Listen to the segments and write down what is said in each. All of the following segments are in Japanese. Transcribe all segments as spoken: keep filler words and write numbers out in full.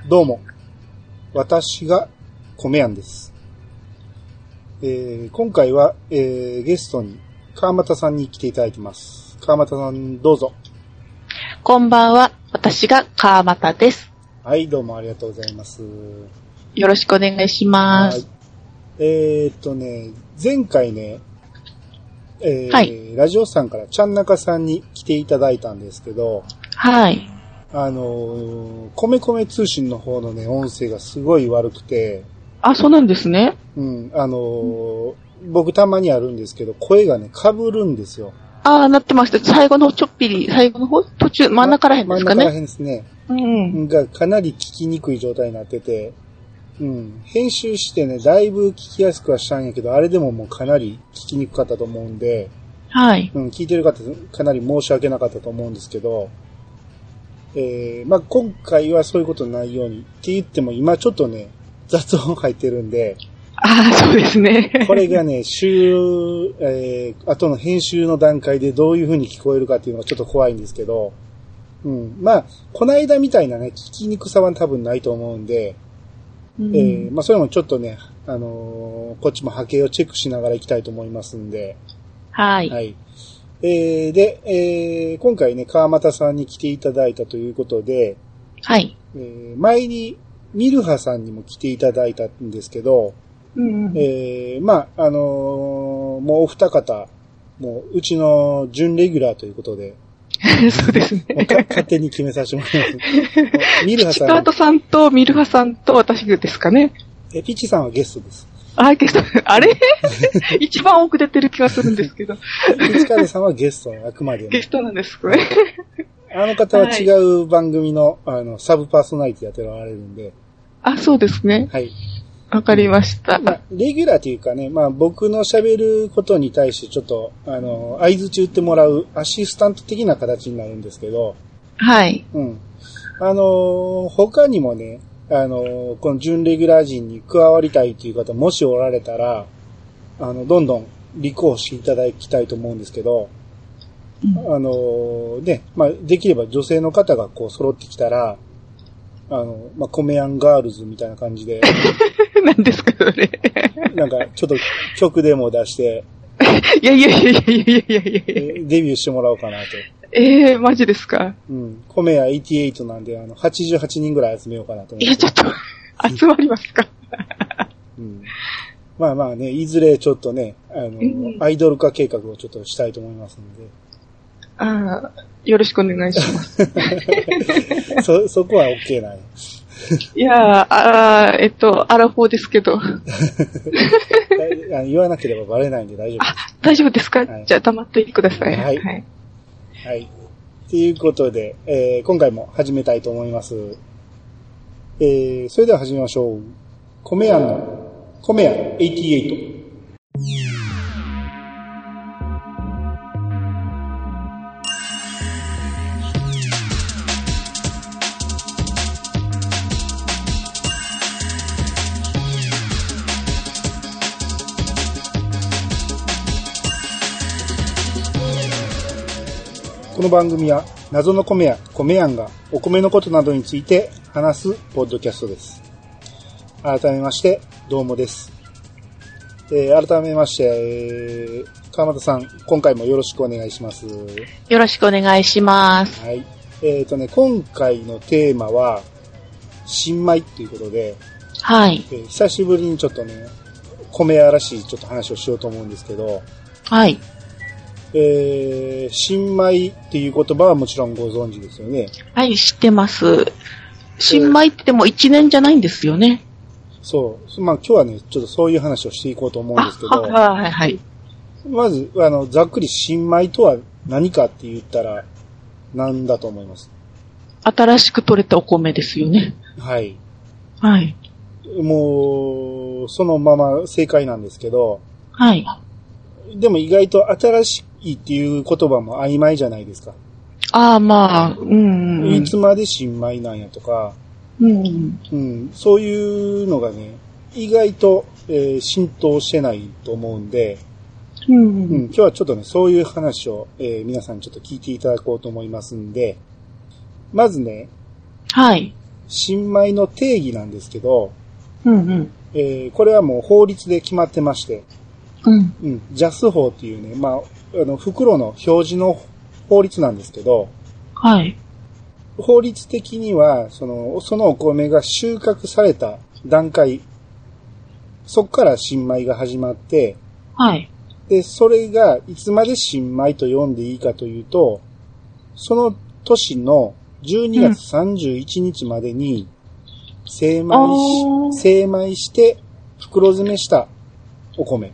どうも、私が米やんです。えー、今回は、えー、ゲストに川又さんに来ていただいてます。川又さん、どうぞ。 こんばんは、私が川又です。 はい、どうもありがとうございます。 よろしくお願いします。はい、 えー、っとね、前回ね、えーはい、ラジオさんからちゃんなかさんに来ていただいたんですけど、 はい。 あのー、米米通信の方のね、音声がすごい悪くて。 あ、そうなんですね。 うん、あのー、僕たまにあるんですけど、声がね、被るんですよ。 ああ、なってました。最後のちょっぴり、最後の方、途中、真ん中らへんですかね。 真ん中らへんですね。うん。が、かなり聞きにくい状態になってて、うん。編集してね、だいぶ聞きやすくはしたんやけど、あれでももうかなり聞きにくかったと思うんで、 はい。 うん、聞いてる方、かなり申し訳なかったと思うんですけど、えー、まあ、今回はそういうことないようにって言っても、今ちょっとね、雑音入ってるんで、 ああ、そうですね。 これがね、週、えー、後の編集の段階でどういう風に聞こえるかっていうのがちょっと怖いんですけど、うん。まあ、この間みたいなね、聞きにくさは多分ないと思うんで、うん、えー、まあ、それもちょっとね、あのー、こっちも波形をチェックしながら行きたいと思いますんで、 はい。 はい。えー、で、えー、今回ね、川又さんに来ていただいたということで、 はい。 えー、前に、ミルハさんにも来ていただいたんですけど、 うんうん、 えー、まあ、あのー、もうお二方、もう、うちの準レギュラーということで、 そうですね。 勝手に決めさせてもらいます。 ミルハさん。ピチカートさんとミルハさんと私ですかね。 え、ピチさんはゲストです。 あ、ゲスト、あれ一番遅れてる気がするんですけど。 ピチカートさんはゲスト、あくまで、ね。 ゲストなんですこれ。 あの方は違う番組の、はい、あの、サブパーソナリティやっておられるんで。 あ、そうですね。 はい。 わかりました。 まあ、レギュラーというかね、まあ僕の喋ることに対してちょっと、あの、合図打ってもらうアシスタント的な形になるんですけど。 はい。 うん。あの、他にもね、あの、この準レギュラー陣に加わりたいという方もしおられたら、あの、どんどん立候補していただきたいと思うんですけど、うん、あの、ね、まあ、できれば女性の方がこう揃ってきたら、あの、まあ、コメヤンガールズみたいな感じで。 何ですか、それ。 なんか、ちょっと曲でも出して。 いやいやいやいやいやいやいやいやデビューしてもらおうかなと。 ええー、マジですか。 うん。コメヤはちじゅうはちなんで、あの、はちじゅうはちにんぐらい集めようかなと思って。 いや、ちょっと、集まりますか。 うん。まあまあね、いずれちょっとね、あの、うん、アイドル化計画をちょっとしたいと思いますので。 ああ、よろしくお願いします。 そ、そこは OK なの。 いやー、あーえっと、アラフォーですけど。 言わなければバレないんで大丈夫です。 あ、大丈夫ですか、はい、じゃあ黙っといてください。 はい。はい。はい。ということで、えー、今回も始めたいと思います。えー、それでは始めましょう。米屋の、米屋はちじゅうはち。この番組は謎の米屋、米やんがお米のことなどについて話すポッドキャストです。改めましてどうもです。えー、改めまして、えー、川又さん今回もよろしくお願いします。 よろしくお願いします。 はい。えっとね今回のテーマは新米っていうことで、 はい。 えー、久しぶりにちょっとね米屋らしいちょっと話をしようと思うんですけど、 はい。 えー、新米っていう言葉はもちろんご存知ですよね。 はい、知ってます。新米ってでも一年じゃないんですよね。 そう。まあ今日はね、ちょっとそういう話をしていこうと思うんですけど。 はいはいはい。 まず、あの、ざっくり新米とは何かって言ったら何だと思います？ 新しく取れたお米ですよね。 はい。 はい。 もう、そのまま正解なんですけど。 はい。 でも意外と新しいっていう言葉も曖昧じゃないですか。 ああ、まあ、うん、うん。 いつまで新米なんやとか、 うん、 うん、そういうのがね、意外と、えー、浸透してないと思うんで、 うんうんうん、今日はちょっとね、そういう話を、えー、皆さんにちょっと聞いていただこうと思いますんで、まずね、 はい。 新米の定義なんですけど、 うんうん。 えー、これはもう法律で決まってまして、 うん。 うん、ジャス法っていうね、まあ、あの、袋の表示の法律なんですけど、 はい。 法律的には、その、そのお米が収穫された段階、そこから新米が始まって、 はい。 で、それがいつまで新米と呼んでいいかというと、その年のじゅうにがつさんじゅういちにちまでに精米し、精米して袋詰めしたお米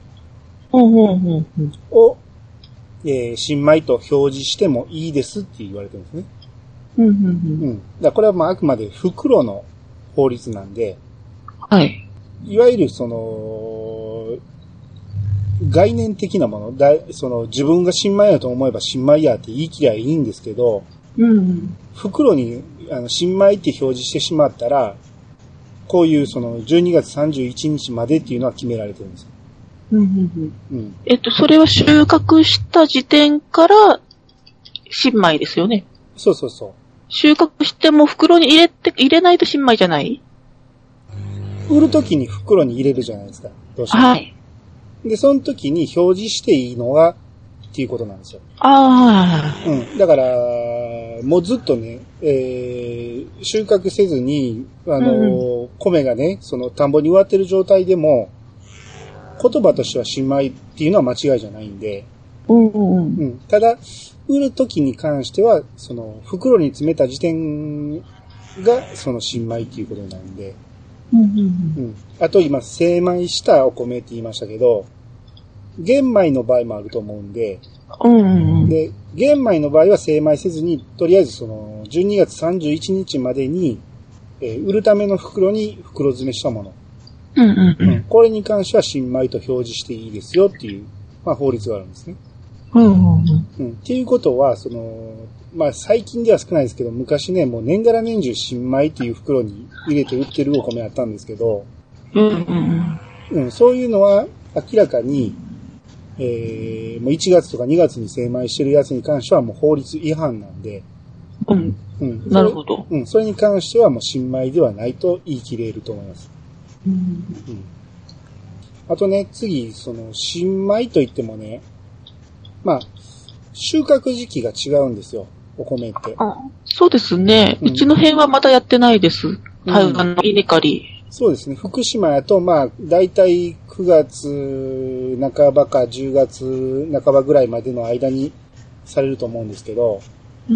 を、えー、新米と表示してもいいですって言われてるんですね。 うんうんうん。 うん。だからこれはまああくまで袋の法律なんで、 はい。 いわゆるその、概念的なもの、だその自分が新米やと思えば新米やって言い切りゃいいんですけど、 うんうん、 袋にあの新米って表示してしまったら、こういうそのじゅうにがつさんじゅういちにちまでっていうのは決められてるんですよ。 うんうんうんうん、えっと、それは収穫した時点から新米ですよね。 そうそうそう。 収穫しても袋に入れて、入れないと新米じゃない？ 売るときに袋に入れるじゃないですか。どうしても。はい。で、その時に表示していいのは、っていうことなんですよ。 ああ。 うん。だから、もうずっとね、えー、収穫せずに、あの、うん、米がね、その田んぼに植わってる状態でも、言葉としては新米っていうのは間違いじゃないんで、 うんうんうん。うん。 ただ、売る時に関しては、その、袋に詰めた時点が、その新米っていうことなんで、 うんうんうん。うん。 あと今、精米したお米って言いましたけど、玄米の場合もあると思うんで、 うんうんうん、 で、玄米の場合は精米せずに、とりあえずその、じゅうにがつさんじゅういちにちまでに、えー、売るための袋に袋詰めしたもの。 うんうんうん。うん、 これに関しては新米と表示していいですよっていう、まあ法律があるんですね。 うんうんうん。 うん。っていうことは、その、まあ最近では少ないですけど、昔ね、もう年がら年中新米っていう袋に入れて売ってるお米あったんですけど、 うんうんうん。 うん、そういうのは明らかに、えー、もういちがつとかにがつに精米してるやつに関してはもう法律違反なんで、 うん。うん。なるほど。 うん。それに関してはもう新米ではないと言い切れると思います。 うん。うん。 あとね、次、その、新米といってもね、まあ、収穫時期が違うんですよ、お米って。 あ、そうですね。うん、うちの辺はまだやってないです。台湾の稲刈り。 そうですね。福島やと、まあ、だいたいくがつなかばかじゅうがつなかばぐらいまでの間にされると思うんですけど、 うん。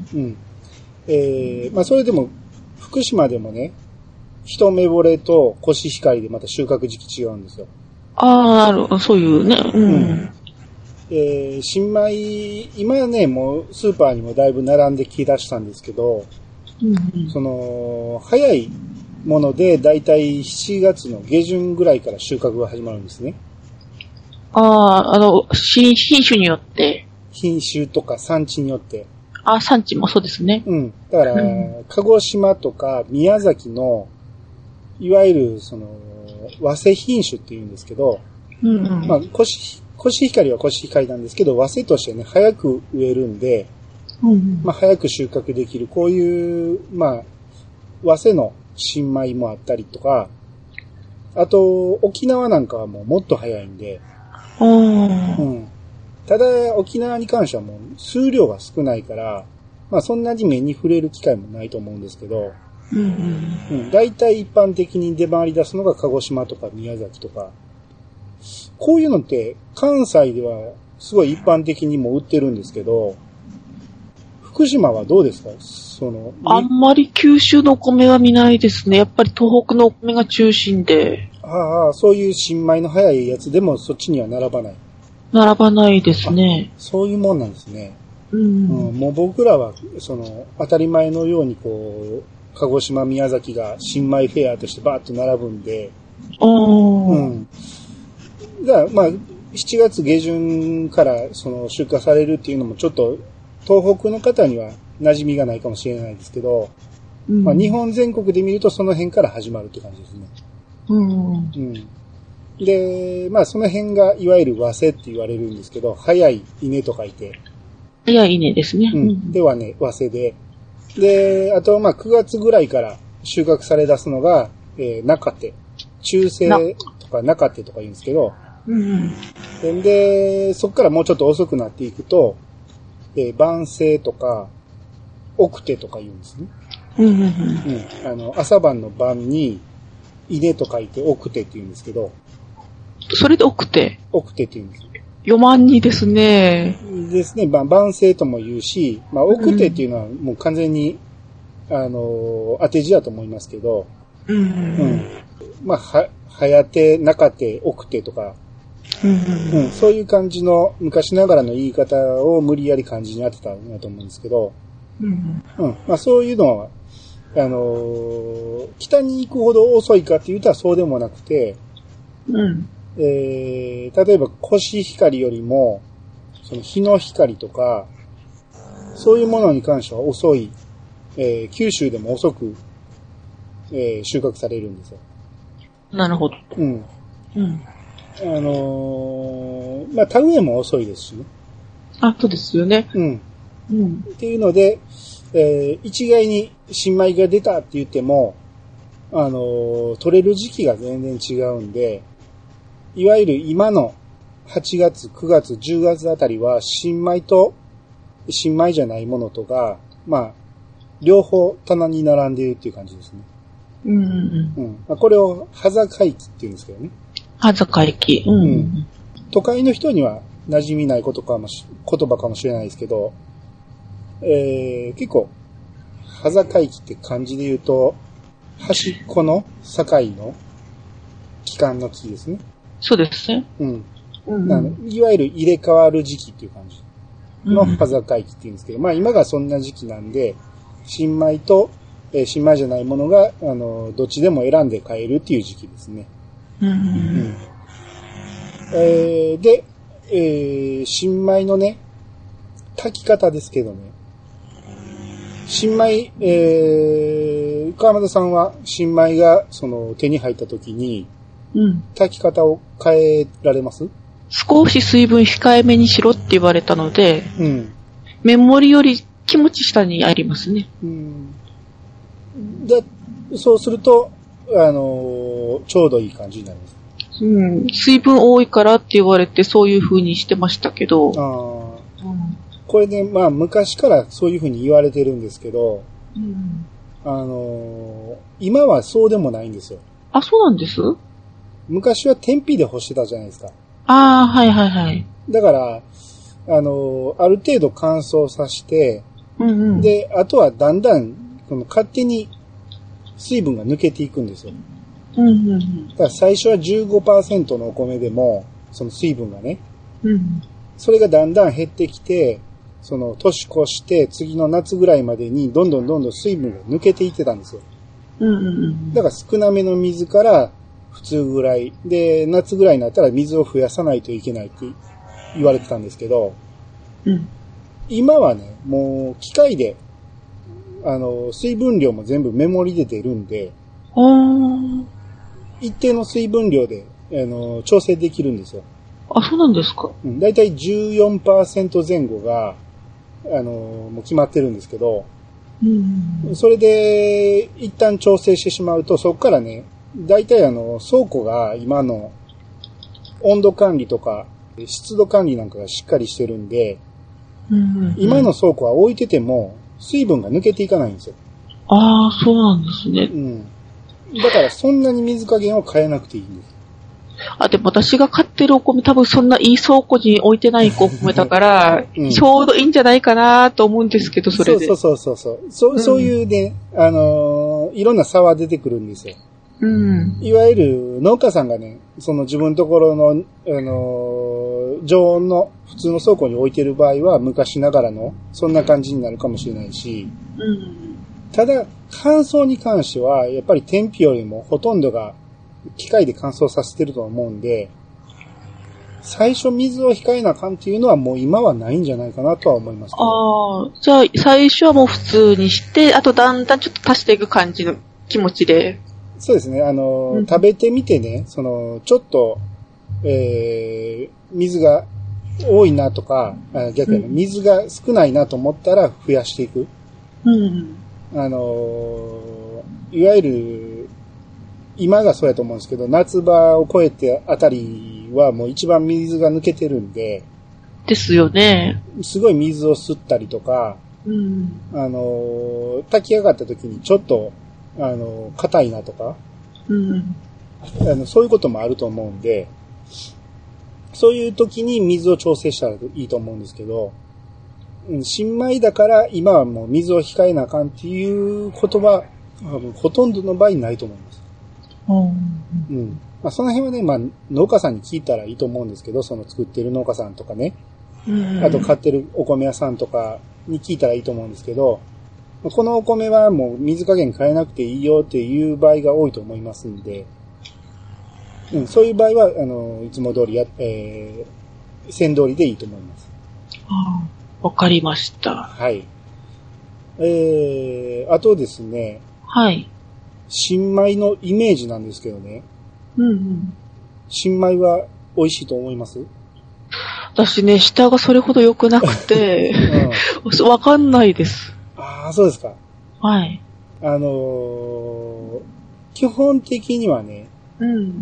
うん。えー、まあ、それでも、福島でもね、一目惚れとコシヒカリでまた収穫時期違うんですよ。 ああ、そういうね。うん。うん、 えー、新米、今ね、もうスーパーにもだいぶ並んでき出したんですけど、 うんうん、 その、早いものでだいたいしちがつの下旬ぐらいから収穫が始まるんですね。 ああ、あの、品種によって。 品種とか産地によって。 あ、産地もそうですね。 うん。だから、うん、鹿児島とか宮崎の、いわゆる、その、早生品種って言うんですけど、 うんうん、 まあ、コシ、コシヒカリはコシヒカリなんですけど、早生としてね、早く植えるんで、 うんうん、 まあ、早く収穫できる、こういう、まあ、早生の新米もあったりとか、あと、沖縄なんかはもうもっと早いんで、うん。ただ、沖縄に関してはもう数量が少ないから、まあそんなに目に触れる機会もないと思うんですけど、 うんうん、 うん。大体一般的に出回り出すのが鹿児島とか宮崎とか、こういうのって関西ではすごい一般的にも売ってるんですけど、福島はどうですか？そのあんまり九州のお米は見ないですね。やっぱり東北のお米が中心で。 ああ、そういう新米の早いやつでもそっちには並ばない。 並ばないですね。 そういうもんなんですね。 うん、 うん、もう僕らはその当たり前のようにこう鹿児島宮崎が新米フェアとしてバーッと並ぶんで、 うん。 がまあしちがつ下旬からその出荷されるっていうのもちょっと東北の方には馴染みがないかもしれないですけど、うん、まあ日本全国で見るとその辺から始まるって感じですね。 うん。うん。 で、まあその辺がいわゆる早生って言われるんですけど、早い稲と書いて。 早い稲ですね。 うん。ではね、早生で。で、あとまあくがつぐらいから収穫され出すのが、えー、中手。中生とか中手とか言うんですけど、 うんうん、 で、そこからもうちょっと遅くなっていくと、えー、晩生とか、奥手とか言うんですね。 うんうんうん。 うん。あの、朝晩の晩に、稲と書いて奥手って言うんですけど。 それで奥手奥手って言うんです。 よまんにですね。 ですね。まあ、晩生とも言うし、まあ、奥手っていうのはもう完全に、うん、あの、当て字だと思いますけど、 うんうんうん。 まあ、は、早手、中手、奥手とか、 うんうんうんうん、そういう感じの昔ながらの言い方を無理やり漢字に当てたんだと思うんですけど、 うんうん、まあそういうのは、あのー、北に行くほど遅いかって言ったらそうでもなくて、 うん、 えー、例えばコシヒカリよりも、その日の光とか、そういうものに関しては遅い、えー、九州でも遅く、えー、収穫されるんですよ。 なるほど。 うん。 うん。 あのー、まあ田植えも遅いですしね。 あ、そうですよね。 うん。 うん。 っていうので、えー、一概に新米が出たって言っても、あのー、取れる時期が全然違うんで、いわゆる今のはちがつ、くがつ、じゅうがつあたりは新米と新米じゃないものとが、まあ、両方棚に並んでいるっていう感じですね。 うんうんうん。 うん。まあ、これを羽坂駅って言うんですけどね。 羽坂駅。うん、うん。 都会の人には馴染みないことかもし、言葉かもしれないですけど、えー、結構、羽坂駅って漢字で言うと、端っこの境の期間の木ですね。 そうですね。 うん。 うんなのいわゆる入れ替わる時期っていう感じの羽坂駅って言うんですけど、うん、まあ今がそんな時期なんで、新米と、えー、新米じゃないものが、あの、どっちでも選んで買えるっていう時期ですね。 うんうん、 えー、で、えー、新米のね、炊き方ですけどね、新米、えー、川又さんは新米がその手に入った時に、うん、炊き方を変えられます？ 少し水分控えめにしろって言われたので、うん、メモリより気持ち下にありますね。 うん、で、そうすると、あのー、ちょうどいい感じになります。 うん、水分多いからって言われてそういう風にしてましたけど、 あー、うん、これね、まあ昔からそういう風に言われてるんですけど、うん、あのー、今はそうでもないんですよ。 あ、そうなんです？ 昔は天日で干してたじゃないですか。 ああ、はいはいはい。 だから、あのー、ある程度乾燥させて、うんうん、で、あとはだんだん、この勝手に水分が抜けていくんですよ。うんうんうん、だから最初は じゅうごパーセント のお米でも、その水分がね、うん、それがだんだん減ってきて、その年越して次の夏ぐらいまでにどんどんどんどん水分が抜けていってたんですよ。うんうんうん、だから少なめの水から普通ぐらいで、夏ぐらいになったら水を増やさないといけないって言われてたんですけど、うん、今はね、もう機械で、あの、水分量も全部メモリで出るんで、一定の水分量で、あの、調整できるんですよ。 あ、そうなんですか。 うん、だいたい じゅうよんパーセント 前後が、あの、もう決まってるんですけど、うん、それで、一旦調整してしまうと、そこからね、だいたいあの、倉庫が今の温度管理とか、湿度管理なんかがしっかりしてるんで、うんうんうん、今の倉庫は置いてても、水分が抜けていかないんですよ。 ああ、そうなんですね。うん。 だからそんなに水加減を変えなくていいんです。 あ、でも私が買ってるお米多分そんないい倉庫に置いてないお米だから、うん、ちょうどいいんじゃないかなと思うんですけど、それで。 そうそうそうそう。そう、うん、そういうね、あのー、いろんな差は出てくるんですよ。うん。いわゆる農家さんがね、その自分のところの、あのー、常温の普通の倉庫に置いてる場合は昔ながらの、そんな感じになるかもしれないし、うん。ただ、乾燥に関しては、やっぱり天日よりもほとんどが機械で乾燥させてると思うんで、最初水を控えなあかんっていうのはもう今はないんじゃないかなとは思いますけど。 ああ、じゃあ最初はもう普通にして、あとだんだんちょっと足していく感じの気持ちで。 そうですね。あの、うん、食べてみてね、その、ちょっと、えー、水が多いなとか、逆に水が少ないなと思ったら増やしていく。うん。あのー、 いわゆる、今がそうやと思うんですけど、夏場を超えてあたりはもう一番水が抜けてるんで、 ですよね。 すごい水を吸ったりとか、 うん。 あの、炊き上がった時にちょっと、あの、硬いなとか、 うん。 あの、そういうこともあると思うんで、そういう時に水を調整したらいいと思うんですけど、うん、新米だから今はもう水を控えなあかんっていうことは、ほとんどの場合ないと思います。うん。まあ、その辺はね、まあ、農家さんに聞いたらいいと思うんですけど、その作ってる農家さんとかね、うん、あと買ってるお米屋さんとかに聞いたらいいと思うんですけど、このお米はもう水加減変えなくていいよっていう場合が多いと思いますんで、うん、そういう場合は、あの、いつも通りや、えー、線通りでいいと思います。 ああ、わかりました。 はい。えー、あとですね。 はい。 新米のイメージなんですけどね。 うんうん。 新米は美味しいと思います？ 私ね、舌がそれほど良くなくて、うん、わかんないです。 ああ、そうですか。 はい。 あのー、基本的にはね、 うん。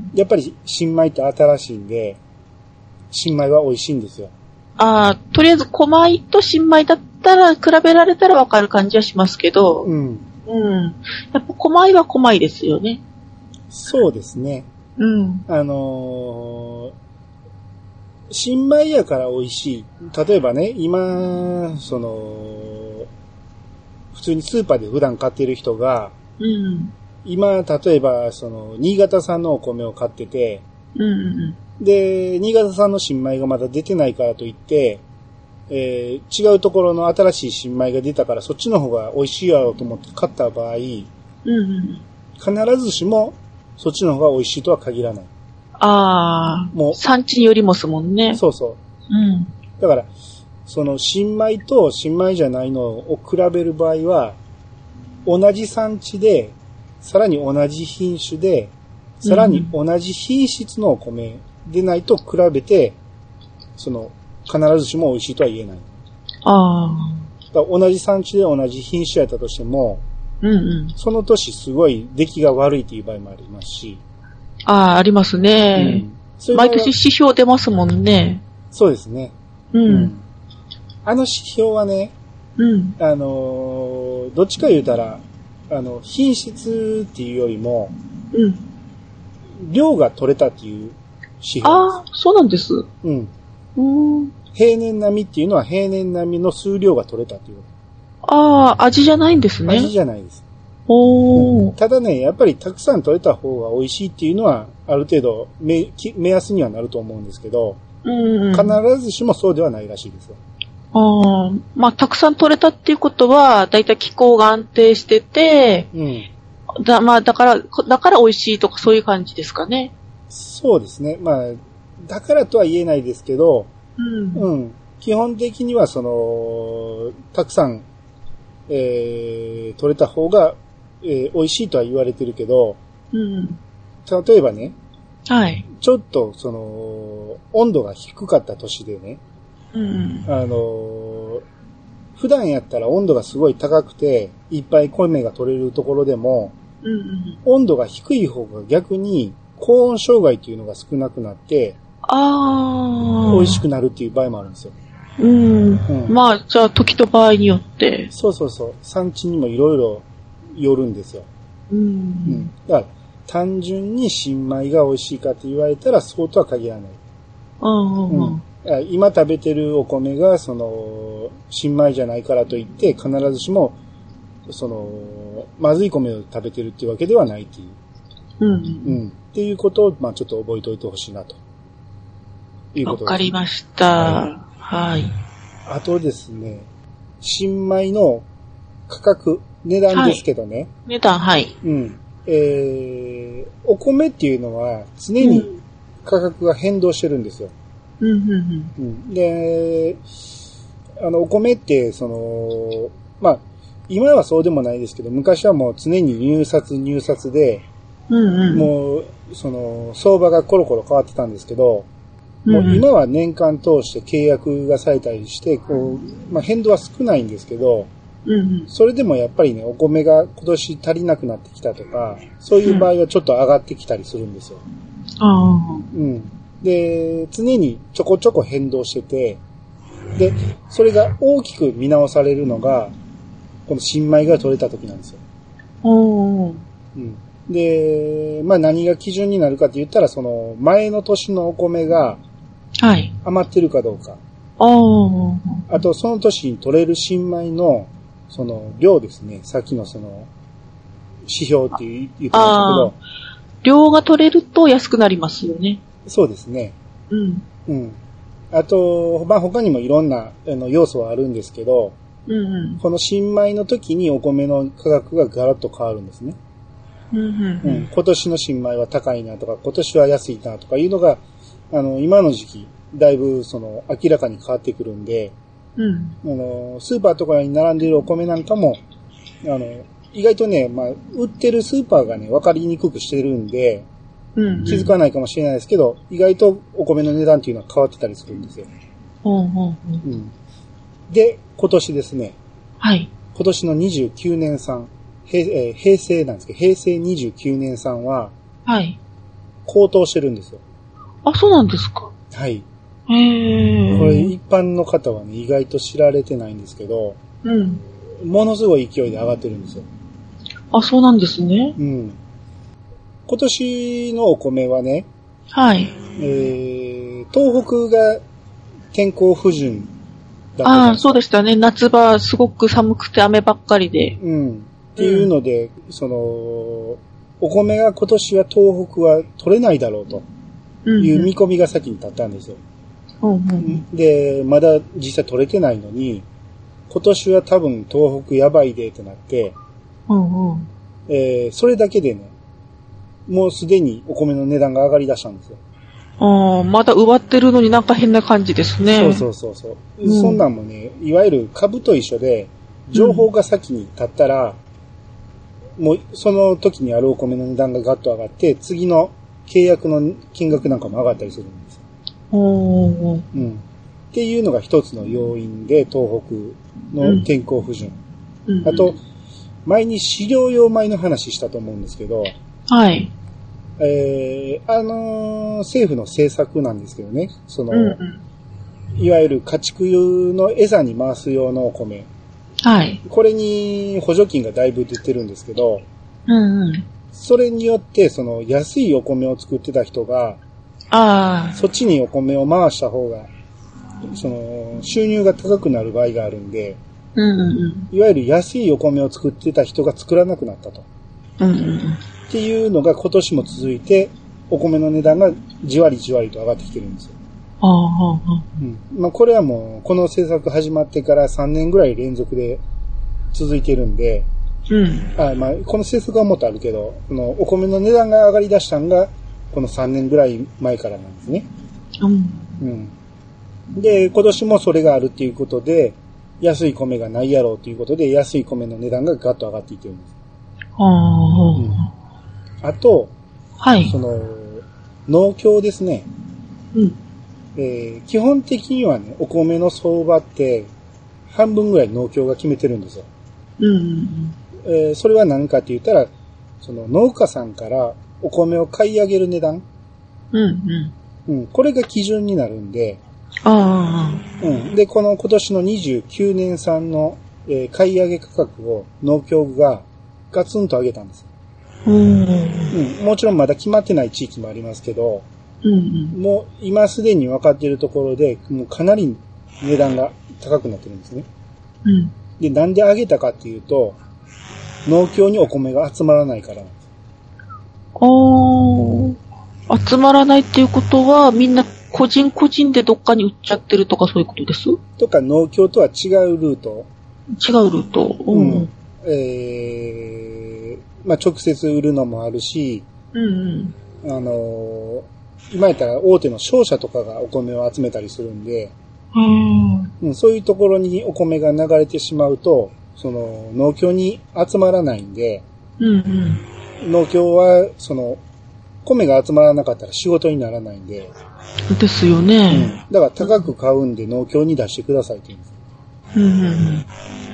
やっぱり新米って新しいんで、新米は美味しいんですよ。 ああ、とりあえず小米と新米だったら、比べられたらわかる感じはしますけど、 うん。 うん。やっぱ小米は小米ですよね。 そうですね。 うん。 あのー、新米やから美味しい。例えばね、今、その、普通にスーパーで普段買ってる人が、 うん。 今、例えば、その、新潟産のお米を買ってて、 うんうん、 で、新潟産の新米がまだ出てないからといって、えー、違うところの新しい新米が出たからそっちの方が美味しいやろうと思って買った場合、うんうん、 必ずしもそっちの方が美味しいとは限らない。 ああ、もう産地によりますもんね。 そうそう。うん。だから、その新米と新米じゃないのを比べる場合は、同じ産地で、さらに同じ品種で、さらに同じ品質のお米でないと比べて、その、必ずしも美味しいとは言えない。 ああ。 だから同じ産地で同じ品種やったとしても、 うんうん、 その年すごい出来が悪いっていう場合もありますし。 ああ、ありますね。うん、毎年指標出ますもんね。 そうですね。 うん。うん、 あの指標はね、 うん、 あのー、どっちか言うたら、あの、品質っていうよりも、 うん。 量が取れたっていう指標です。 ああ、そうなんです。 うん。 うん。 平年並みっていうのは平年並みの数量が取れたっていうこと。 ああ、味じゃないんですね。 味じゃないです。 おー、うん。 ただね、やっぱりたくさん取れた方が美味しいっていうのは、ある程度目、目安にはなると思うんですけど、 うんうん、 必ずしもそうではないらしいですよ。 ああ、まあ、たくさん取れたっていうことは、だいたい気候が安定してて、 うん。 だ、まあ、だから、だから美味しいとかそういう感じですかね。 そうですね。まあ、だからとは言えないですけど、 うん。 うん。基本的にはその、たくさん、えー、取れた方が、えー、美味しいとは言われてるけど、 うん。 例えばね、 はい。 ちょっとその、温度が低かった年でね、 うん。 あの、普段やったら温度がすごい高くて、いっぱい米が取れるところでも、 うん。 温度が低い方が逆に高温障害っていうのが少なくなって、 ああ。 美味しくなるっていう場合もあるんですよ。 うん。うん、まあ、じゃあ、時と場合によって。 そうそうそう。産地にもいろいろよるんですよ。 うん。うん。 だから、単純に新米が美味しいかって言われたらそうとは限らない。 うんうんうん。 今食べてるお米が、その、新米じゃないからといって、必ずしも、その、まずい米を食べてるっていうわけではないっていう。 うん。うん。 っていうことを、まあちょっと覚えておいてほしいなと。いうことです。 わかりました。はい。はい。 あとですね、新米の価格、値段ですけどね。はい、 値段、はい。 うん。えー、お米っていうのは常に価格が変動してるんですよ。 うんうんうんうん、で、あの、お米って、その、まあ、今はそうでもないですけど、昔はもう常に入札入札で、 うんうん、 もう、その、相場がコロコロ変わってたんですけど、もう今は年間通して契約がされたりして、こう、まあ、変動は少ないんですけど、 うんうん。 それでもやっぱりね、お米が今年足りなくなってきたとか、そういう場合はちょっと上がってきたりするんですよ。 ああ。 うん。で、常にちょこちょこ変動してて、で、それが大きく見直されるのが、この新米が取れた時なんですよ。 おー。 うん。で、まあ何が基準になるかって言ったら、その前の年のお米がはい。 余ってるかどうか。 ああ。 あと、その年に取れる新米の、その量ですね。さっきのその、指標って言ってましたけど。 量が取れると安くなりますよね。 そうですね。 うん。 うん。あと、まあ他にもいろんなあの要素はあるんですけど、 うんうん。 この新米の時にお米の価格がガラッと変わるんですね。 うんうんううんん。 今年の新米は高いなとか、今年は安いなとかいうのが、あの、今の時期、だいぶその明らかに変わってくるんで、 うん。 あの、スーパーとかに並んでいるお米なんかも、あの、意外とね、まあ、売ってるスーパーがね、わかりにくくしてるんで、 うんうん。 気づかないかもしれないですけど、意外とお米の値段っていうのは変わってたりするんですよ。 ほうほうほう。 うん。で、今年ですね、 はい。 今年のにじゅうきゅうねん産、平,、えー平成なんですけど、平成にじゅうきゅうねん産は、 はい。 高騰してるんですよ。 あ、そうなんですか。 はい。 へえ。 これ一般の方はね、意外と知られてないんですけど、 うん。 ものすごい勢いで上がってるんですよ。 あ、そうなんですね。 うん。今年のお米はね、 はい。 えー、東北が天候不順だったじゃああ、 ないですか。 そうでしたね。夏場すごく寒くて雨ばっかりで。 うん。っていうので、その、お米が今年は東北は取れないだろうとうん。 いう見込みが先に立ったんですよ。 うんうんで、まだ実際取れてないのに、今年は多分東北やばいでってなって、 うんうん。 えー、それだけでね、もうすでにお米の値段が上がり出したんですよ。 ああ、まだ植わってるのになんか変な感じですね。 そうそうそうそう、 うんそんなんもね、いわゆる株と一緒で、情報が先に立ったら、もうその時にあるお米の値段がガッと上がって、次の契約の金額なんかも上がったりするんですよ。 おー。 うん。っていうのが一つの要因で、東北の天候不順。 うんうん、 あと、前に飼料用米の話したと思うんですけど、 はい。 えー、あのー、政府の政策なんですけどね、その、 うんうんいわゆる家畜の餌に回す用のお米。 はい。 これに補助金がだいぶ出てるんですけど、 うんうん。 それによって、その安いお米を作ってた人が、 ああ。 そっちにお米を回した方が、その、収入が高くなる場合があるんで、 うんうんうん。 いわゆる安いお米を作ってた人が作らなくなったと。 うんうんうん。 っていうのが今年も続いて、お米の値段がじわりじわりと上がってきてるんですよ。 ああ、ああ。 うん。まあこれはもう、この政策始まってからさんねんぐらい連続で続いてるんで、 うん。 あまあこの政策はもっとあるけど、このお米の値段が上がり出したのが、このさんねんぐらい前からなんですね。 うん。 うん。で、今年もそれがあるっていうことで、安い米がないやろうということで、安い米の値段がガッと上がっていってるんです。 ああ、 うんあと、 はいそ。の、農協ですね。 うん。 えー基本的にはね、お米の相場って半分ぐらい農協が決めてるんですよ。 うんうんえーそれは何かって言ったら、その農家さんからお米を買い上げる値段、 うん。うんうん。 うん、これが基準になるんで、 ああ、 うん、で、この今年のにじゅうきゅうねん産の、えー買い上げ価格を農協がガツンと上げたんです。 うん。 うん、もちろんまだ決まってない地域もありますけど、 うんうん。 もう今すでに分かっているところで、もうかなり値段が高くなってるんですね。 うん。 で、なんで上げたかっていうと、農協にお米が集まらないからなんです。 ああ、集まらないっていうことは、みんな個人個人でどっかに売っちゃってるとかそういうことです？ とか農協とは違うルート。 違うルート。ううんん。えー、まあ直接売るのもあるし、 うんうん。 あのー今言ったら大手の商社とかがお米を集めたりするんで、 うん。 うん、そういうところにお米が流れてしまうと、その農協に集まらないんで、 うんうん。 農協はその米が集まらなかったら仕事にならないんで、 ですようん、 ね。 だから高く買うんで農協に出してくださいって言うんです。 うんうんうん。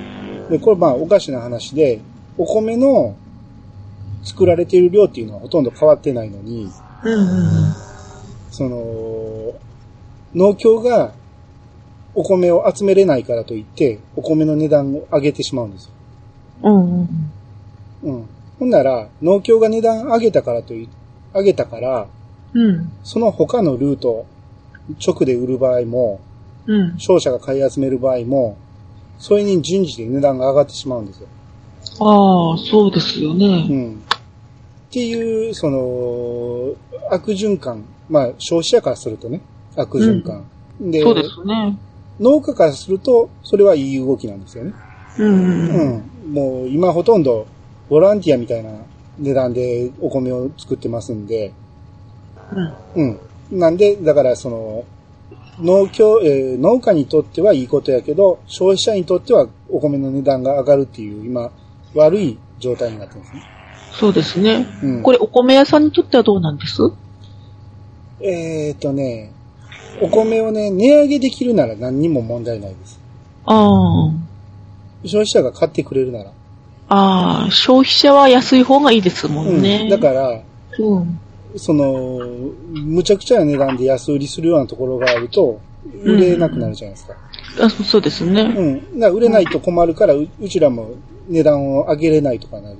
で、これまあおかしな話で、お米の作られている量っていうのはほとんど変わってないのに、 うんうんうん、 その、農協がお米を集めれないからといって、お米の値段を上げてしまうんですよ。 うんうんうん。ほんなら、農協が値段上げたからとい、上げたから、 うん、 その他のルート、直で売る場合も、 うん、 商社が買い集める場合も、それに準じて値段が上がってしまうんですよ。 ああ、そうですよね。 うん。っていう、その、悪循環。まあ、消費者からするとね、悪循環。 うん、 で、 そうですね。 農家からすると、それはいい動きなんですよね。 うん、うん。もう、今ほとんど、ボランティアみたいな値段でお米を作ってますんで、うん。うん。なんで、だから、その、農協、えー、農家にとってはいいことやけど、消費者にとってはお米の値段が上がるっていう、今、悪い状態になってますね。 そうですね。うん、これ、お米屋さんにとってはどうなんです？ えーとね、お米をね、値上げできるなら何にも問題ないです。 ああ。 消費者が買ってくれるなら。 ああ、消費者は安い方がいいですもんね。 うん、だから、 うん、 その、むちゃくちゃな値段で安売りするようなところがあると、売れなくなるじゃないですか。 うん、あ、そうですね。 うん。だから売れないと困るから、う, うちらも値段を上げれないとかなって、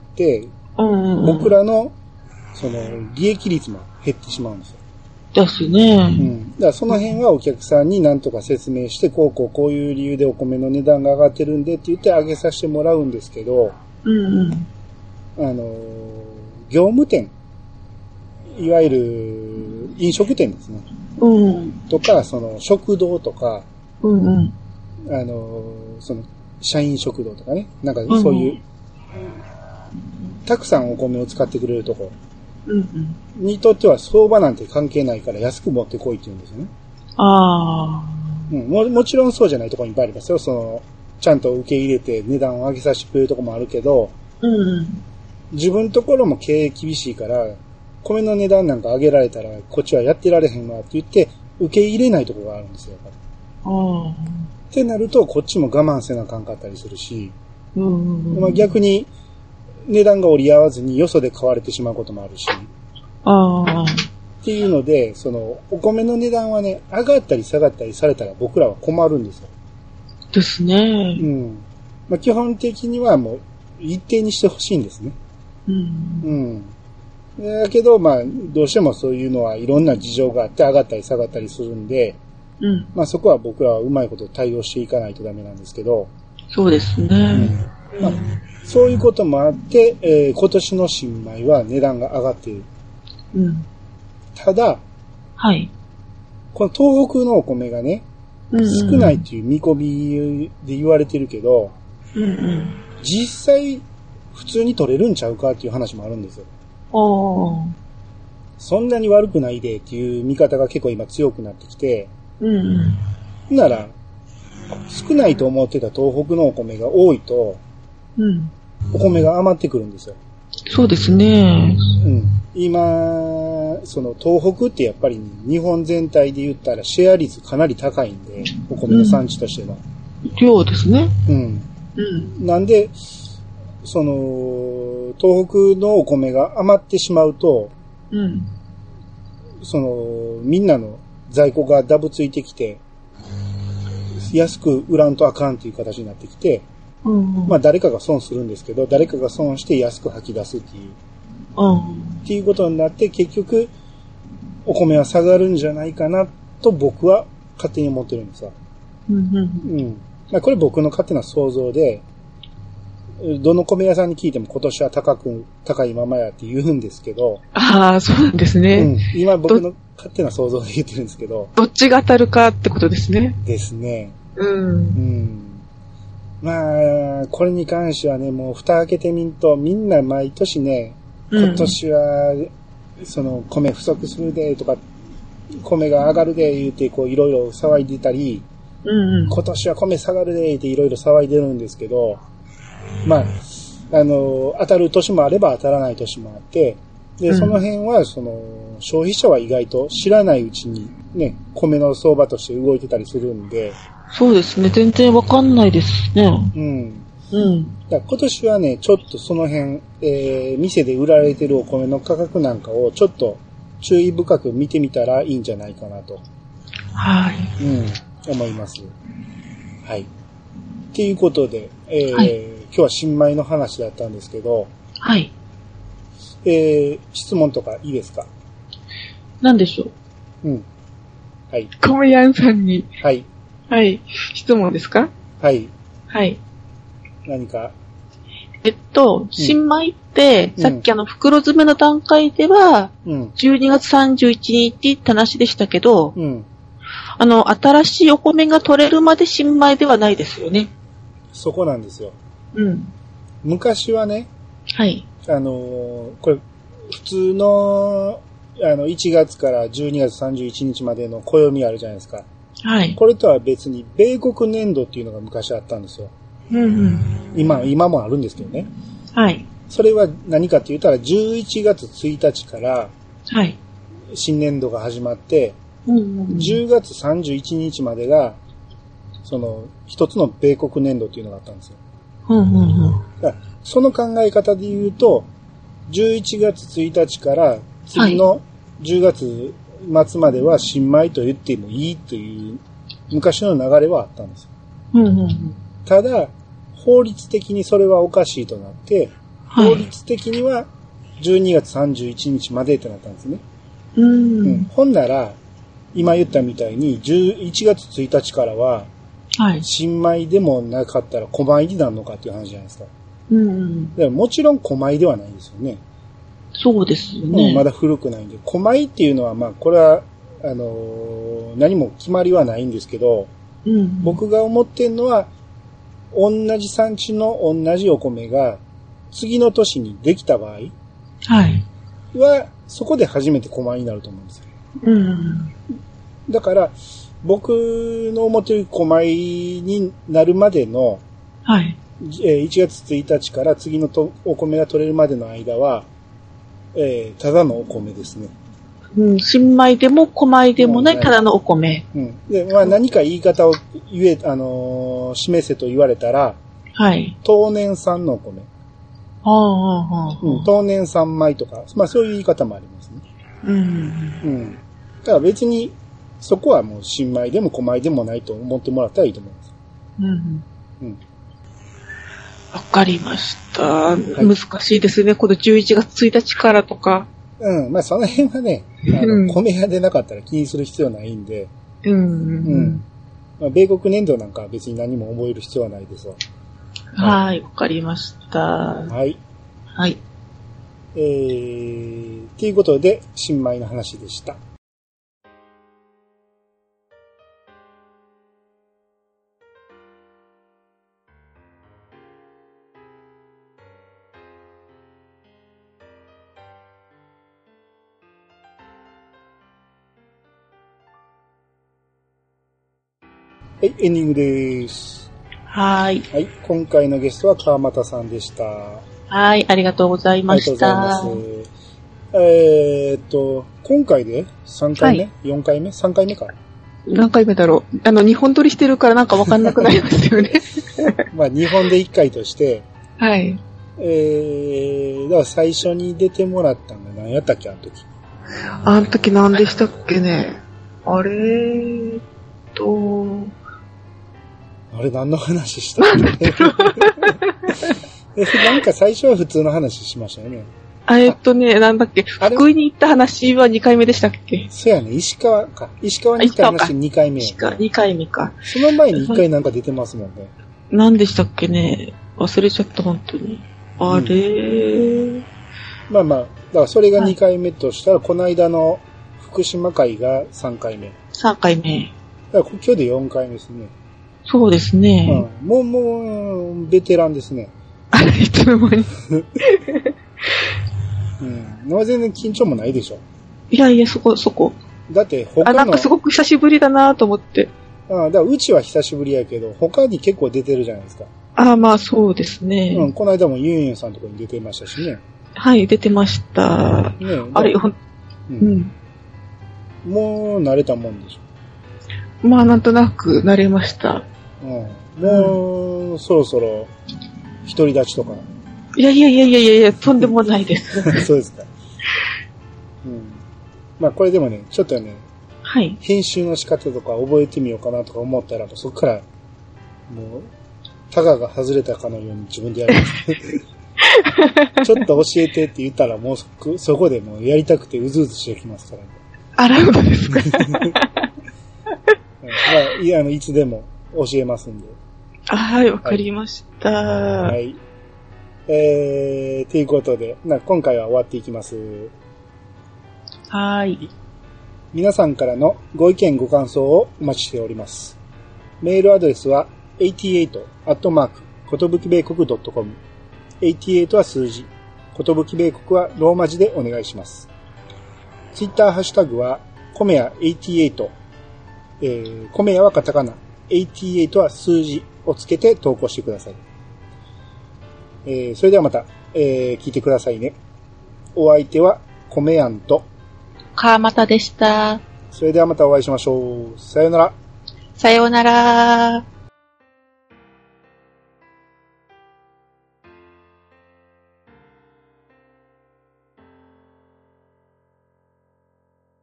うんうんうん、 僕らの、その、利益率も減ってしまうんですよ。 ですね。 うん。だからその辺はお客さんに何とか説明して、こうこうこういう理由でお米の値段が上がってるんでって言って上げさせてもらうんですけど、 うんうん、 あの、業務店、いわゆる飲食店ですね。 うん、 とか、その食堂とか、 うんうん、 あの、その社員食堂とかね、なんかそういう、うん、たくさんお米を使ってくれるところにとっては相場なんて関係ないから安く持ってこいって言うんですよね。 ああ、 うん、も, もちろんそうじゃないところにいっぱいありますよ。そのちゃんと受け入れて値段を上げさせてくれるところもあるけど、 うんうん、 自分のところも経営厳しいから、米の値段なんか上げられたらこっちはやってられへんわって言って受け入れないところがあるんですよ。 ああ。 ってなるとこっちも我慢せなあかんかったりするし、 うんうんうん、 まあ、逆に値段が折り合わずによそで買われてしまうこともあるし、 ああ。 っていうので、そのお米の値段はね、上がったり下がったりされたら僕らは困るんですよ。 ですね。 うん。まあ、基本的にはもう一定にしてほしいんですね。 うん。 うん。だけど、まあ、どうしてもそういうのはいろんな事情があって上がったり下がったりするんで、 うん。 まあそこは僕らはうまいこと対応していかないとダメなんですけど。 そうですね。 うん。まあ、そういうこともあって、えー、今年の新米は値段が上がっている。 うん。 ただ、 はい。 この東北のお米がね、うんうん、少ないっていう見込みで言われてるけど、 うんうん、 実際普通に取れるんちゃうかっていう話もあるんですよ。 ああ。 そんなに悪くないでっていう見方が結構今強くなってきて、 うんうん、 なら少ないと思ってた東北のお米が多いと、 うん、 お米が余ってくるんですよ。 そうですね。 うん。今、その東北ってやっぱり日本全体で言ったらシェア率かなり高いんで、お米の産地としては。 うん、量ですね。 うん。うん。なんで、その、東北のお米が余ってしまうと、 うん。 その、みんなの在庫がダブついてきて、安く売らんとあかんっていう形になってきて、 うん、 まあ誰かが損するんですけど、誰かが損して安く吐き出すっていう。 うん、っていうことになって結局お米は下がるんじゃないかなと僕は勝手に思ってるんですわ。 うんうんうんうんまあ、これ僕の勝手な想像で、どの米屋さんに聞いても今年は高く高いままやって言うんですけど。 ああ、そうなんですね。 うん、今僕の勝手な想像で言ってるんですけど。 どっちが当たるかってことですね。 ですね。 うん。うんまあ、これに関してはね、もう蓋開けてみんと、みんな毎年ね、今年は、その、米不足するで、とか、米が上がるで、言うて、こう、いろいろ騒いでたり、 うんうん、 今年は米下がるで、っていろいろ騒いでるんですけど、まあ、あの、当たる年もあれば当たらない年もあって、で、その辺は、その、消費者は意外と知らないうちに、ね、米の相場として動いてたりするんで、 そうですね。全然わかんないですね。 うん。 うん。 だから今年はね、ちょっとその辺、えー、店で売られてるお米の価格なんかをちょっと注意深く見てみたらいいんじゃないかなと。 はい。 うん、思います。はい。っていうことで、えーはい、 今日は新米の話だったんですけど、 はい。 えー、質問とかいいですか？ 何でしょう？ うん。はい。 米屋さんに。 はい。 はい。質問ですか？ はい。 はい。 何か？ えっと、新米って、 うん、 さっきあの、袋詰めの段階では、 うん、 じゅうにがつさんじゅういちにちって話でしたけど、 うん、 あの、新しいお米が取れるまで新米ではないですよね。 そこなんですよ。 うん。 昔はね、 はい。 あのー、これ、普通の、あの、いちがつからじゅうにがつさんじゅういちにちまでの暦あるじゃないですか。 はい。 これとは別に、米国年度っていうのが昔あったんですよ。 うんうん。 今、今もあるんですけどね。 はい。 それは何かって言ったら、じゅういちがつついたちから、 はい。 新年度が始まって、 うんうんうん、 じゅうがつさんじゅういちにちまでが、その、一つの米国年度っていうのがあったんですよ。 うんうんうん、 だからその考え方で言うと、じゅういちがつついたちから次のじゅうがつ末までは新米と言ってもいいという昔の流れはあったんですよ。 うんうんうん、 ただ、法律的にそれはおかしいとなって、はい、法律的にはじゅうにがつさんじゅういちにちまでとなったんですね。 うんうん、 ほんなら、今言ったみたいにじゅういちがつついたちからは、はい、新米でもなかったら小米になるのかっていう話じゃないですか。 うんうん、 だからもちろん小米ではないんですよね。 そうですよね。 うん、まだ古くないんで。小米っていうのは、まあ、これは、あのー、何も決まりはないんですけど、うんうん、僕が思ってんのは、同じ産地の同じお米が、次の年にできた場合はい。は、そこで初めて小米になると思うんですよ。うんうん、だから、僕の思っている小米になるまでの、はい。いちがつついたちから次のとお米が取れるまでの間は、えー、ただのお米ですね。 うん、新米でも小米でもない、ただのお米。 うん。で、まあ何か言い方を言え、あのー、示せと言われたら、はい。当年産のお米。はあ、はあ、うん。当年産米とか、まあそういう言い方もありますね。うん。うん。だから別に、そこはもう新米でも小米でもないと思ってもらったらいいと思います。うん。うん。 わかりました、はい。難しいですね。このじゅういちがつついたちからとか。 うん。まあその辺はね、あの、うん、米屋でなかったら気にする必要ないんで。うん。うん。まあ、米国年度なんかは別に何も覚える必要はないですわ。 はい。わかりました。 はい。 はい。 えー、ということで、新米の話でした。はい、エンディングです。 はい。 はい、今回のゲストは川又さんでした。 はい、ありがとうございました。 ありがとうございます。えー、っと、今回でさんかいめ、はい、よんかいめ ?さん 回目か。 何回目だろう。あの、にほん撮りしてるからなんかわかんなくなりますよね。 まあ、にほんでいっかいとして、 はい。 えー、だから最初に出てもらったのが何やったっけ、あの時。 あの時何でしたっけね。あれーっと、 あれ何の話したっけなんか最初は普通の話しましたよね。 あえっとね、なんだっけ、福井に行った話はにかいめでしたっけ？ そうやね、石川か。石川に行った話にかいめや、ね。 石川にかいめか。 その前にいっかいなんか出てますもんね。 何でしたっけね。忘れちゃった、本当に。あれー、うん、 まあまあ、だからそれがにかいめとしたら、はい、この間の福島会がさんかいめ。 さんかいめ。 だから今日でよんかいめですね。 そうですね。 うん、もう、もう、ベテランですね。 あれ、いつの間に。 うん。全然緊張もないでしょ。 いやいや、そこ、そこ。 だって他の。 あ、なんかすごく久しぶりだなと思って。 ああ、だからうちは久しぶりやけど、他に結構出てるじゃないですか。 ああ、まあそうですね。 うん、この間もユンユンさんのところに出てましたしね。 はい、出てました。ね、あれ、ほん、 うん、うん。もう慣れたもんでしょ。 まあなんとなく慣れました。 うん。もう、うん、そろそろ、 独り立ちとか。 いやいやいやいやいやいや、とんでもないです。 そうですか。うん。まあこれでもね、ちょっとね、 はい。 編集の仕方とか覚えてみようかなとか思ったら、もうそこから、もう、タガが外れたかのように自分でやります。ちょっと教えてって言ったら、もうそこ、そこでもうやりたくてうずうずしてきますからね。 あらうですか。 まあ、いや、あの、いつでも教えますんで。 はい、わかりました。 はい。えー、ということで、な今回は終わっていきます。 はい。 皆さんからのご意見ご感想をお待ちしております。メールアドレスははちじゅうはちアットマークことぶき米国ドットコム。はちじゅうはちは数字。ことぶき米国はローマ字でお願いします。ツイッターハッシュタグは、コメヤはちじゅうはち。えー、コメヤはカタカナ。はちじゅうはちは数字をつけて投稿してください。えー、それではまた、えー、聞いてくださいね。お相手は、コメヤンと、 川又でした。 それではまたお会いしましょう。さようなら。 さようなら。